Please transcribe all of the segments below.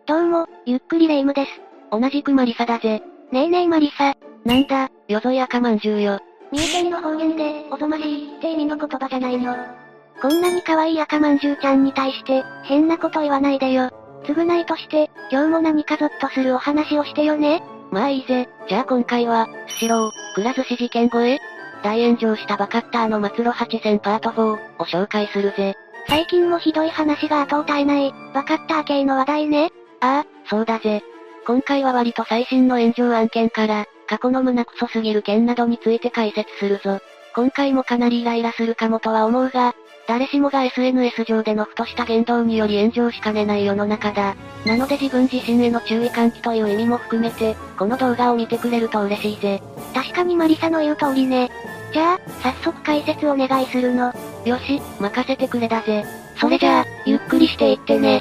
どうも、ゆっくりレ夢ムです。 同じくマリサだぜ。 ねえねえマリサ。 なんだ、よそい赤まんじゅうよ。 三重県の方言で、おぞましいって意味の言葉じゃないの。こんなに可愛い赤まんじゅうちゃんに対して、変なこと言わないでよ。償いとして、今日も何かゾッとするお話をしてよね。 まあいいぜ。じゃあ今回は、スシロー、くら寿司事件後へ大炎上したバカッターの末路8選パート4を紹介するぜ。 最近もひどい話が後を絶えない、バカッター系の話題ね。 ああ、そうだぜ。今回は割と最新の炎上案件から、過去の胸クソすぎる件などについて解説するぞ。今回もかなりイライラするかもとは思うが、誰しもが SNS 上でのふとした言動により炎上しかねない世の中だ。なので自分自身への注意喚起という意味も含めて、この動画を見てくれると嬉しいぜ。 確かにマリサの言う通りね。じゃあ、早速解説お願いするの。 よし、任せてくれだぜ。 それじゃあ、ゆっくりしていってね。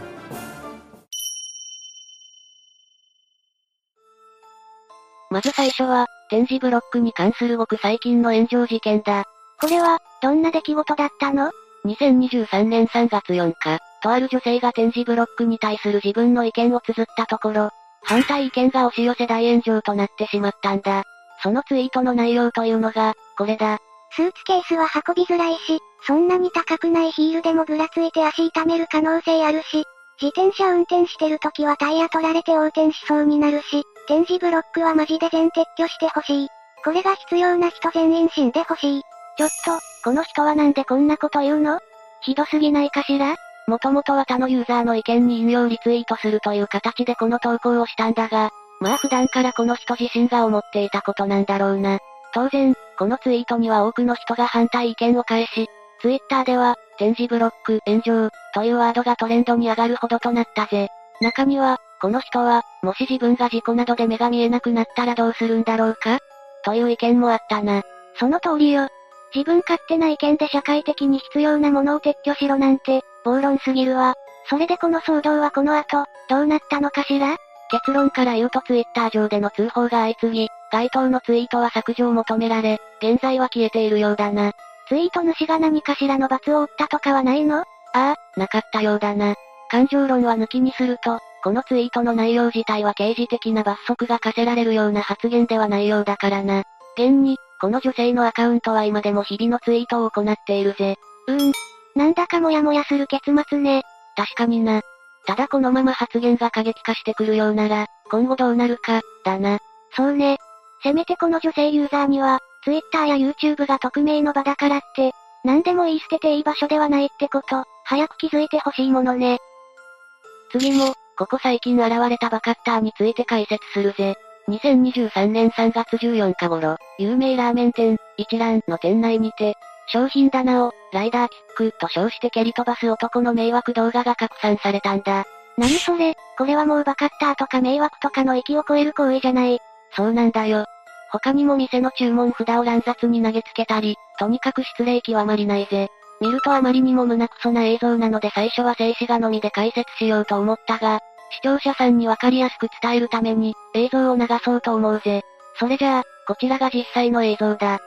まず最初は、点字ブロックに関するごく最近の炎上事件だ。 これは、どんな出来事だったの？ 2023年3月4日、とある女性が点字ブロックに対する自分の意見を綴ったところ、反対意見が押し寄せ大炎上となってしまったんだ。そのツイートの内容というのが、これだ。 スーツケースは運びづらいし、そんなに高くないヒールでもぐらついて足痛める可能性あるし、自転車運転してる時はタイヤ取られて横転しそうになるし、点字ブロックはマジで全撤去してほしい。これが必要な人全員死んでほしい。ちょっと、この人はなんでこんなこと言うの？ひどすぎないかしら？ もともとは他のユーザーの意見に引用リツイートするという形でこの投稿をしたんだが、まあ普段からこの人自身が思っていたことなんだろうな。当然、このツイートには多くの人が反対意見を返し、ツイッターでは、点字ブロック、炎上、というワードがトレンドに上がるほどとなったぜ。中には、この人は、もし自分が事故などで目が見えなくなったらどうするんだろうか？という意見もあったな。 その通りよ。自分勝手な意見で社会的に必要なものを撤去しろなんて、暴論すぎるわ。それでこの騒動はこの後、どうなったのかしら？ 結論から言うとツイッター上での通報が相次ぎ、該当のツイートは削除を求められ、現在は消えているようだな。 ツイート主が何かしらの罰を負ったとかはないの？ ああ、なかったようだな。感情論は抜きにすると、このツイートの内容自体は刑事的な罰則が課せられるような発言ではないようだからな。現に、この女性のアカウントは今でも日々のツイートを行っているぜ。 なんだかモヤモヤする結末ね。 確かにな。ただこのまま発言が過激化してくるようなら、今後どうなるか、だな。 そうね。せめてこの女性ユーザーには、Twitter や YouTube が匿名の場だからって、何でも言い捨てていい場所ではないってこと、早く気づいてほしいものね。 次も、ここ最近現れたバカッターについて解説するぜ。2023年3月14日頃、有名ラーメン店、一蘭の店内にて、商品棚を、ライダーキックと称して蹴り飛ばす男の迷惑動画が拡散されたんだ。 何それ？これはもうバカッターとか迷惑とかの域を超える行為じゃない。 そうなんだよ。他にも店の注文札を乱雑に投げつけたり、とにかく失礼極まりないぜ。見るとあまりにも胸クソな映像なので最初は静止画のみで解説しようと思ったが、視聴者さんにわかりやすく伝えるために、映像を流そうと思うぜ。それじゃあ、こちらが実際の映像だ。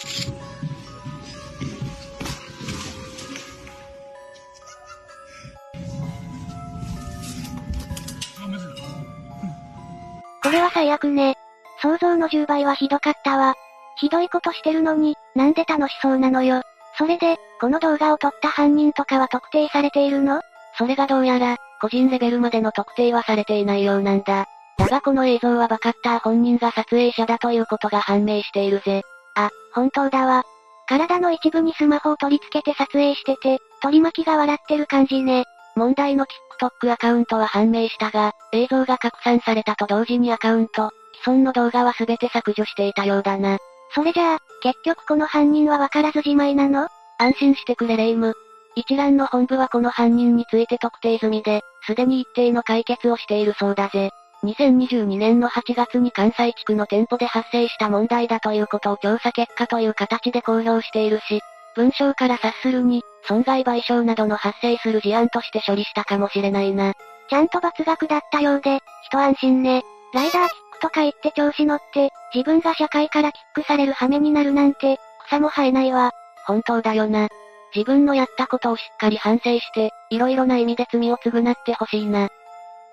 これは最悪ね。想像の10倍はひどかったわ。ひどいことしてるのに、なんで楽しそうなのよ。それで、この動画を撮った犯人とかは特定されているの？ それがどうやら、個人レベルまでの特定はされていないようなんだ。だがこの映像はバカッター本人が撮影者だということが判明しているぜ。 あ、本当だわ。体の一部にスマホを取り付けて撮影してて、取り巻きが笑ってる感じね。 問題の TikTok アカウントは判明したが、映像が拡散されたと同時にアカウント、既存の動画は全て削除していたようだな。 それじゃあ、結局この犯人はわからずじまいなの？ 安心してくれレ夢ム。一蘭の本部はこの犯人について特定済みで、すでに一定の解決をしているそうだぜ。2022年の8月に関西地区の店舗で発生した問題だということを調査結果という形で公表しているし、文章から察するに、損害賠償などの発生する事案として処理したかもしれないな。 ちゃんと罰額だったようで、一安心ね。ライダーキックとか言って調子乗って、自分が社会からキックされる羽目になるなんて、草も生えないわ。 本当だよな。自分のやったことをしっかり反省して、いろいろな意味で罪を償ってほしいな。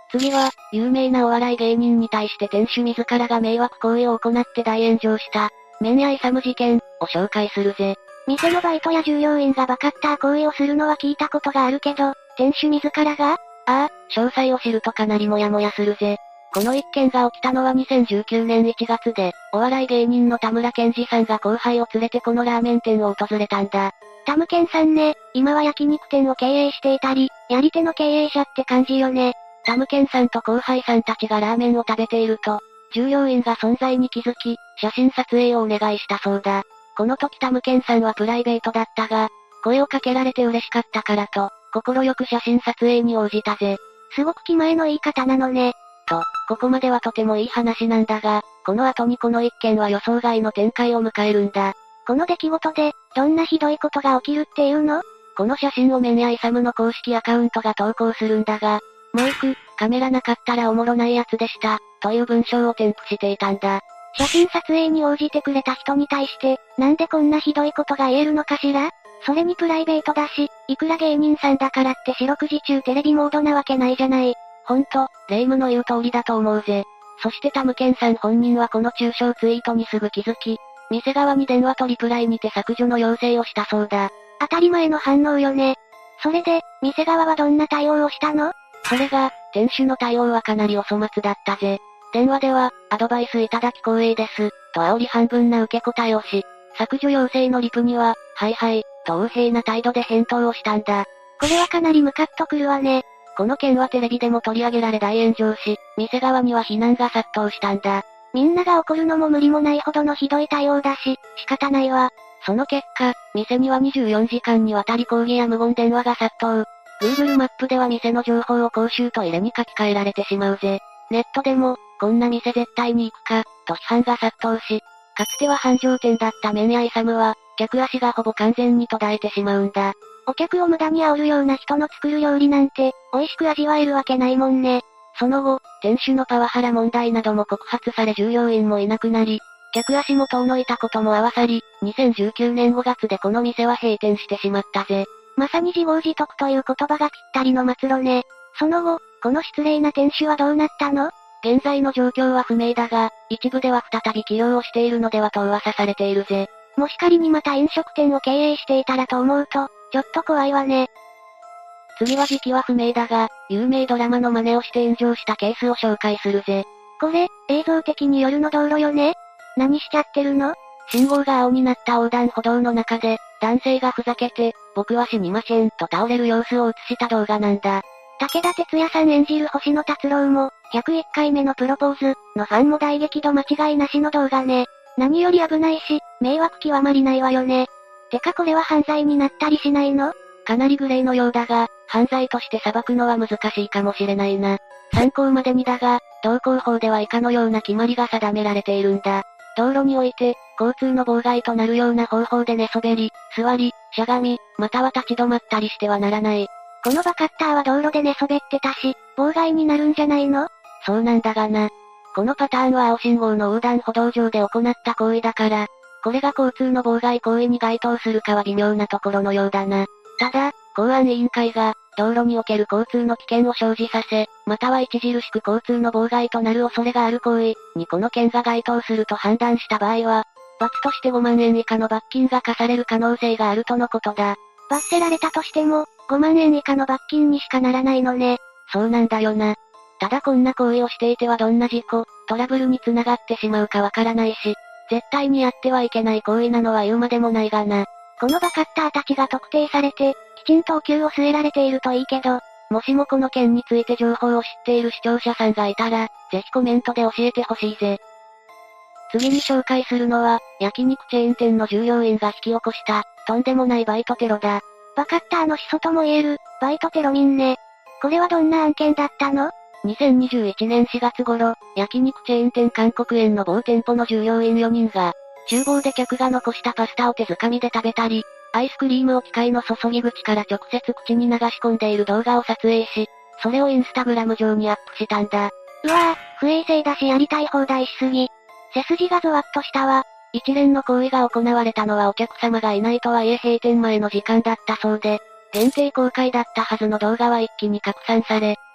次は、有名なお笑い芸人に対して店主自らが迷惑行為を行って大炎上した、麺屋勇事件を紹介するぜ。 店のバイトや従業員がバカッター行為をするのは聞いたことがあるけど、店主自らが？ 詳細を知るとかなりモヤモヤするぜ。この一件が起きたのは2019年1月で、お笑い芸人の田村健二さんが後輩を連れてこのラーメン店を訪れたんだ。 タムケンさんね、今は焼肉店を経営していたり、やり手の経営者って感じよね。 タムケンさんと後輩さんたちがラーメンを食べていると、従業員が存在に気づき、写真撮影をお願いしたそうだ。この時タムケンさんはプライベートだったが、声をかけられて嬉しかったからと、快く写真撮影に応じたぜ。 すごく気前のいい方なのね。 ここまではとてもいい話なんだが、この後にこの一件は予想外の展開を迎えるんだ。 この出来事で、どんなひどいことが起きるっていうの？ この写真を麺屋勇の公式アカウントが投稿するんだが、もうカメラなかったらおもろないやつでした、という文章を添付していたんだ。 写真撮影に応じてくれた人に対して、なんでこんなひどいことが言えるのかしら？それにプライベートだし、いくら芸人さんだからって四六時中テレビモードなわけないじゃない。 霊夢の言う通りだと思うぜ。そしてタムケンさん本人はこの中傷ツイートにすぐ気づき、店側に電話とリプライにて削除の要請をしたそうだ。 当たり前の反応よね。それで、店側はどんな対応をしたの？ それが、店主の対応はかなりお粗末だったぜ。電話では、アドバイスいただき光栄です、と煽り半分な受け答えをし、削除要請のリプには、はいはい、と横柄な態度で返答をしたんだ。 これはかなりムカッとくるわね。 この件はテレビでも取り上げられ大炎上し、店側には非難が殺到したんだ。 みんなが怒るのも無理もないほどのひどい対応だし、仕方ないわ。 その結果、店には24時間にわたり抗議や無言電話が殺到。Google マップでは店の情報を公衆トイレに書き換えられてしまうぜ。ネットでも、こんな店絶対に行くか、と批判が殺到し、かつては繁盛店だった麺屋勇は、客足がほぼ完全に途絶えてしまうんだ。 お客を無駄に煽るような人の作る料理なんて、美味しく味わえるわけないもんね。 その後、店主のパワハラ問題なども告発され従業員もいなくなり、客足も遠のいたことも合わさり、2019年5月でこの店は閉店してしまったぜ。 まさに自業自得という言葉がぴったりの末路ね。その後、この失礼な店主はどうなったの？ 現在の状況は不明だが、一部では再び起業をしているのではと噂されているぜ。 もし仮にまた飲食店を経営していたらと思うと、ちょっと怖いわね。 次は時期は不明だが、有名ドラマの真似をして炎上したケースを紹介するぜ。 これ、映像的に夜の道路よね？何しちゃってるの？ 信号が青になった横断歩道の中で、男性がふざけて、僕は死にませんと倒れる様子を映した動画なんだ。 武田鉄矢さん演じる星野達郎も、101回目のプロポーズのファンも大激怒間違いなしの動画ね。何より危ないし、迷惑極まりないわよね。てかこれは犯罪になったりしないの？ かなりグレーのようだが、犯罪として裁くのは難しいかもしれないな。参考までにだが、道交法では以下のような決まりが定められているんだ。道路において、交通の妨害となるような方法で寝そべり、座り、しゃがみ、または立ち止まったりしてはならない。 このバカッターは道路で寝そべってたし、妨害になるんじゃないの？ そうなんだがな。このパターンは青信号の横断歩道上で行った行為だから、これが交通の妨害行為に該当するかは微妙なところのようだな。ただ、公安委員会が、道路における交通の危険を生じさせ、または著しく交通の妨害となる恐れがある行為にこの件が該当すると判断した場合は、罰として5万円以下の罰金が課される可能性があるとのことだ。 罰せられたとしても、5万円以下の罰金にしかならないのね。 そうなんだよな。ただこんな行為をしていてはどんな事故、トラブルに繋がってしまうかわからないし、絶対にやってはいけない行為なのは言うまでもないがな。 このバカッターたちが特定されて、きちんとお給を据えられているといいけど、 もしもこの件について情報を知っている視聴者さんがいたら、ぜひコメントで教えてほしいぜ。次に紹介するのは、焼肉チェーン店の従業員が引き起こした、とんでもないバイトテロだ。 バカッターの始祖とも言える、バイトテロ民ね。これはどんな案件だったの ？2021年4月頃、焼肉チェーン店韓国園の某店舗の従業員4人が、厨房で客が残したパスタを手づかみで食べたり、アイスクリームを機械の注ぎ口から直接口に流し込んでいる動画を撮影し、それをインスタグラム上にアップしたんだ。 うわぁ、不衛生だしやりたい放題しすぎ。背筋がゾワッとしたわ。 一連の行為が行われたのはお客様がいないとはいえ閉店前の時間だったそうで、限定公開だったはずの動画は一気に拡散され、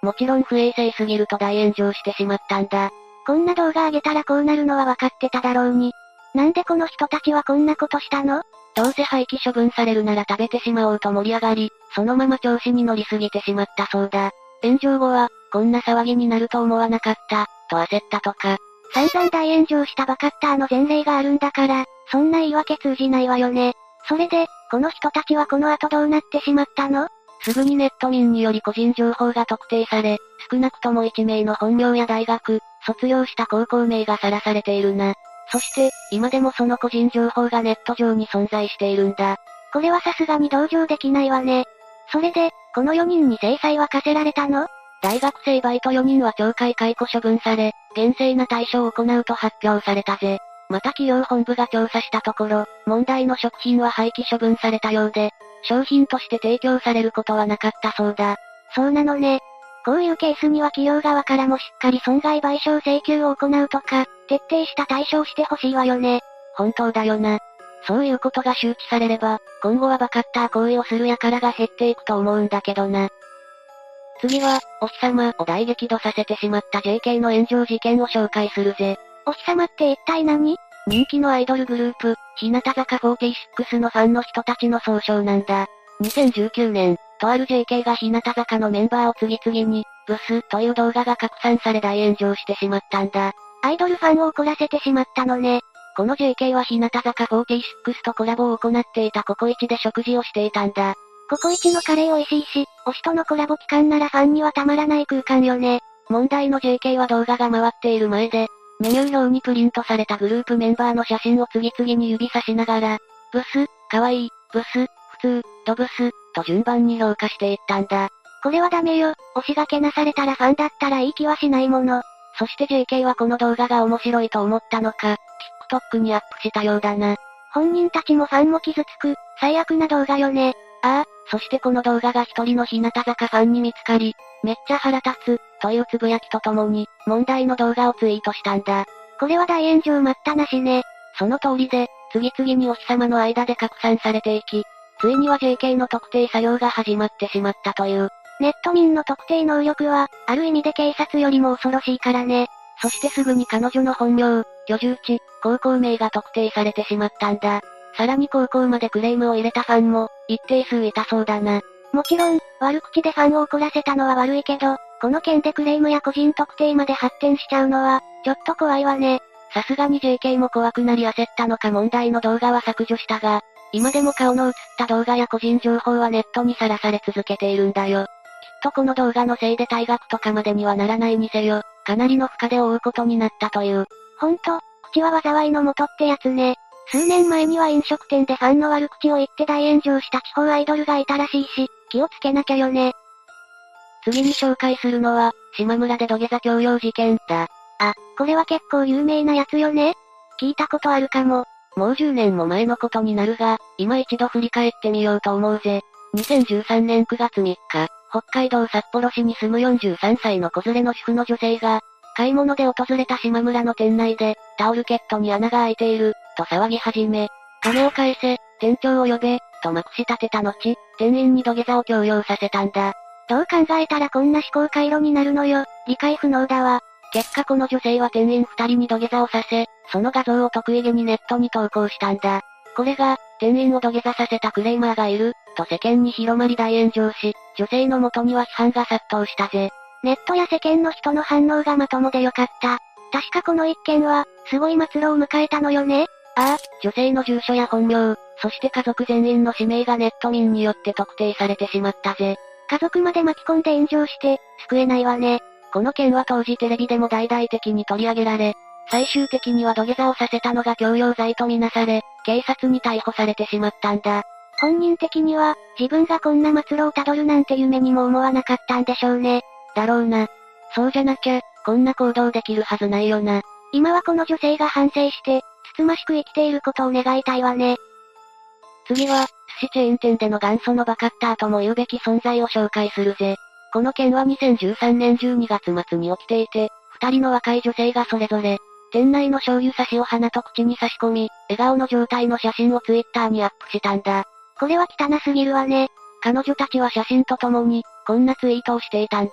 もちろん不衛生すぎると大炎上してしまったんだ。 こんな動画上げたらこうなるのは分かってただろうに。なんでこの人たちはこんなことしたの？ どうせ廃棄処分されるなら食べてしまおうと盛り上がり、そのまま調子に乗りすぎてしまったそうだ。炎上後は、こんな騒ぎになると思わなかった、と焦ったとか。 散々大炎上したバカッターの前例があるんだから、そんな言い訳通じないわよね。それで、この人たちはこの後どうなってしまったの？ すぐにネット民により個人情報が特定され、少なくとも1名の本名や大学、卒業した高校名が晒されているな。そして、今でもその個人情報がネット上に存在しているんだ。 これはさすがに同情できないわね。それで、この4人に制裁は課せられたの？ 大学生バイト4人は懲戒解雇処分され、厳正な対処を行うと発表されたぜ。また企業本部が調査したところ、問題の食品は廃棄処分されたようで、商品として提供されることはなかったそうだ。 そうなのね。こういうケースには企業側からもしっかり損害賠償請求を行うとか、徹底した対処をしてほしいわよね。 本当だよな。そういうことが周知されれば、今後はバカッター行為をする輩が減っていくと思うんだけどな。次は、お日様を大激怒させてしまった JK の炎上事件を紹介するぜ。 お日様って一体何？ 人気のアイドルグループ、日向坂46のファンの人たちの総称なんだ。2019年、とある JK が日向坂のメンバーを次々に、ブスという動画が拡散され大炎上してしまったんだ。 アイドルファンを怒らせてしまったのね。 この JK は日向坂46とコラボを行っていたココイチで食事をしていたんだ。 ココイチのカレー美味しいし、推しとのコラボ期間ならファンにはたまらない空間よね。 問題の JK は動画が回っている前で、メニュー表にプリントされたグループメンバーの写真を次々に指差しながら、ブス、かわいい、ブス、普通、ドブス、と順番に評価していったんだ。 これはダメよ。推しがけなされたらファンだったらいい気はしないもの。 そして JK はこの動画が面白いと思ったのか、TikTok にアップしたようだな。 本人たちもファンも傷つく、最悪な動画よね。 ああ、そしてこの動画が一人の日向坂ファンに見つかり、めっちゃ腹立つ、というつぶやきとともに、問題の動画をツイートしたんだ。 これは大炎上待ったなしね。 その通りで、次々にお日様の間で拡散されていき、ついには JK の特定作業が始まってしまったという。 ネット民の特定能力は、ある意味で警察よりも恐ろしいからね。 そしてすぐに彼女の本名、居住地、高校名が特定されてしまったんだ。さらに高校までクレームを入れたファンも、一定数いたそうだな。 もちろん、悪口でファンを怒らせたのは悪いけど、この件でクレームや個人特定まで発展しちゃうのは、ちょっと怖いわね。 さすがに JK も怖くなり焦ったのか問題の動画は削除したが、今でも顔の映った動画や個人情報はネットにさらされ続けているんだよ。きっとこの動画のせいで退学とかまでにはならないにせよ、かなりの負荷で負うことになったという。 ほんと、口は災いの元ってやつね。数年前には飲食店でファンの悪口を言って大炎上した地方アイドルがいたらしいし、気をつけなきゃよね。 次に紹介するのは、島村で土下座強要事件だ。 あ、これは結構有名なやつよね。聞いたことあるかも。 もう10年も前のことになるが、今一度振り返ってみようと思うぜ。2013年9月3日、北海道札幌市に住む43歳の子連れの主婦の女性が、買い物で訪れた島村の店内で、タオルケットに穴が開いている、と騒ぎ始め、金を返せ、店長を呼べ、とまくし立てた後、店員に土下座を強要させたんだ。 どう考えたらこんな思考回路になるのよ、理解不能だわ。 結果この女性は店員2人に土下座をさせ、その画像を得意げにネットに投稿したんだ。これが、店員を土下座させたクレーマーがいる、と世間に広まり大炎上し、女性の元には批判が殺到したぜ。 ネットや世間の人の反応がまともでよかった。確かこの一件は、すごい末路を迎えたのよね。 ああ、女性の住所や本名、そして家族全員の氏名がネット民によって特定されてしまったぜ。 家族まで巻き込んで炎上して、救えないわね。 この件は当時テレビでも大々的に取り上げられ、最終的には土下座をさせたのが強要罪とみなされ、警察に逮捕されてしまったんだ。 本人的には、自分がこんな末路をたどるなんて夢にも思わなかったんでしょうね。 だろうな。そうじゃなきゃ、こんな行動できるはずないよな。 今はこの女性が反省して、つつましく生きていることを願いたいわね。 次は、寿司チェーン店での元祖のバカッターとも言うべき存在を紹介するぜ。この件は2013年12月末に起きていて、二人の若い女性がそれぞれ、店内の醤油差しを鼻と口に差し込み、笑顔の状態の写真をツイッターにアップしたんだ。 これは汚すぎるわね。 彼女たちは写真とともに、こんなツイートをしていたんだ。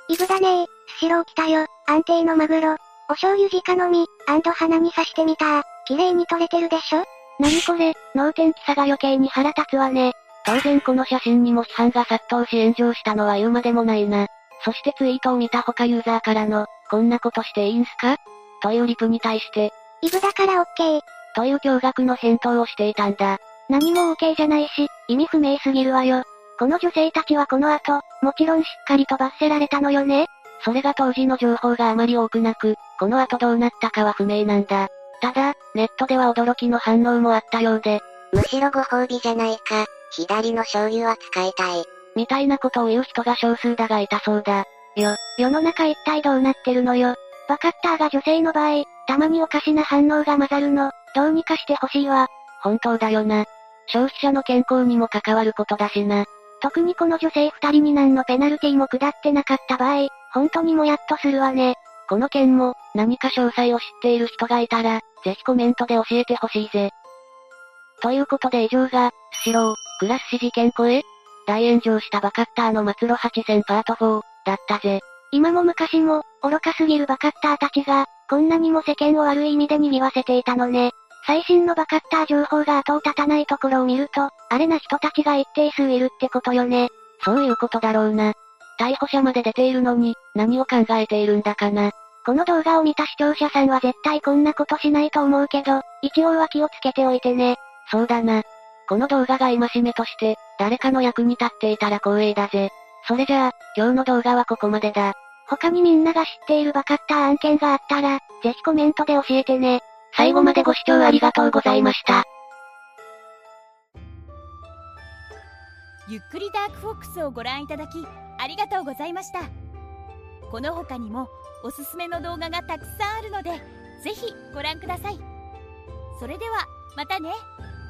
イブだねー。スシロー来たよ。安定のマグロ。お醤油直飲み、鼻に刺してみた。綺麗に撮れてるでしょ？ なにこれ、能天気さが余計に腹立つわね。当然この写真にも批判が殺到し炎上したのは言うまでもないな。そしてツイートを見た他ユーザーからの、こんなことしていいんすか？というリプに対して、 イブだからオッケー。 という驚愕の返答をしていたんだ。 何も OK じゃないし、意味不明すぎるわよ。この女性たちはこの後、もちろんしっかりと罰せられたのよね？ それが当時の情報があまり多くなく、この後どうなったかは不明なんだ。ただ、ネットでは驚きの反応もあったようで、 むしろご褒美じゃないか。左の醤油は使いたい。 みたいなことを言う人が少数だがいたそうだ。 世の中一体どうなってるのよ。バカッターが女性の場合、たまにおかしな反応が混ざるの、どうにかしてほしいわ。 本当だよな。消費者の健康にも関わることだしな。 特にこの女性二人に何のペナルティも下ってなかった場合、本当にもやっとするわね。 この件も、何か詳細を知っている人がいたら、ぜひコメントで教えてほしいぜ。ということで以上が、スシロー、クラッシュ事件超え大炎上したバカッターの末路8選パート4、だったぜ。 今も昔も、愚かすぎるバカッターたちが、こんなにも世間を悪い意味で賑わせていたのね。最新のバカッター情報が後を絶たないところを見ると、あれな人たちが一定数いるってことよね。 そういうことだろうな。逮捕者まで出ているのに、何を考えているんだかな。 この動画を見た視聴者さんは絶対こんなことしないと思うけど、一応は気をつけておいてね。 そうだな。この動画が戒めとして、誰かの役に立っていたら光栄だぜ。それじゃあ、今日の動画はここまでだ。 他にみんなが知っているバカッター案件があったら、ぜひコメントで教えてね。 最後までご視聴ありがとうございました。 ゆっくりダークフォックスをご覧いただき、ありがとうございました。この他にも、おすすめの動画がたくさんあるので、ぜひご覧ください。それでは、またね。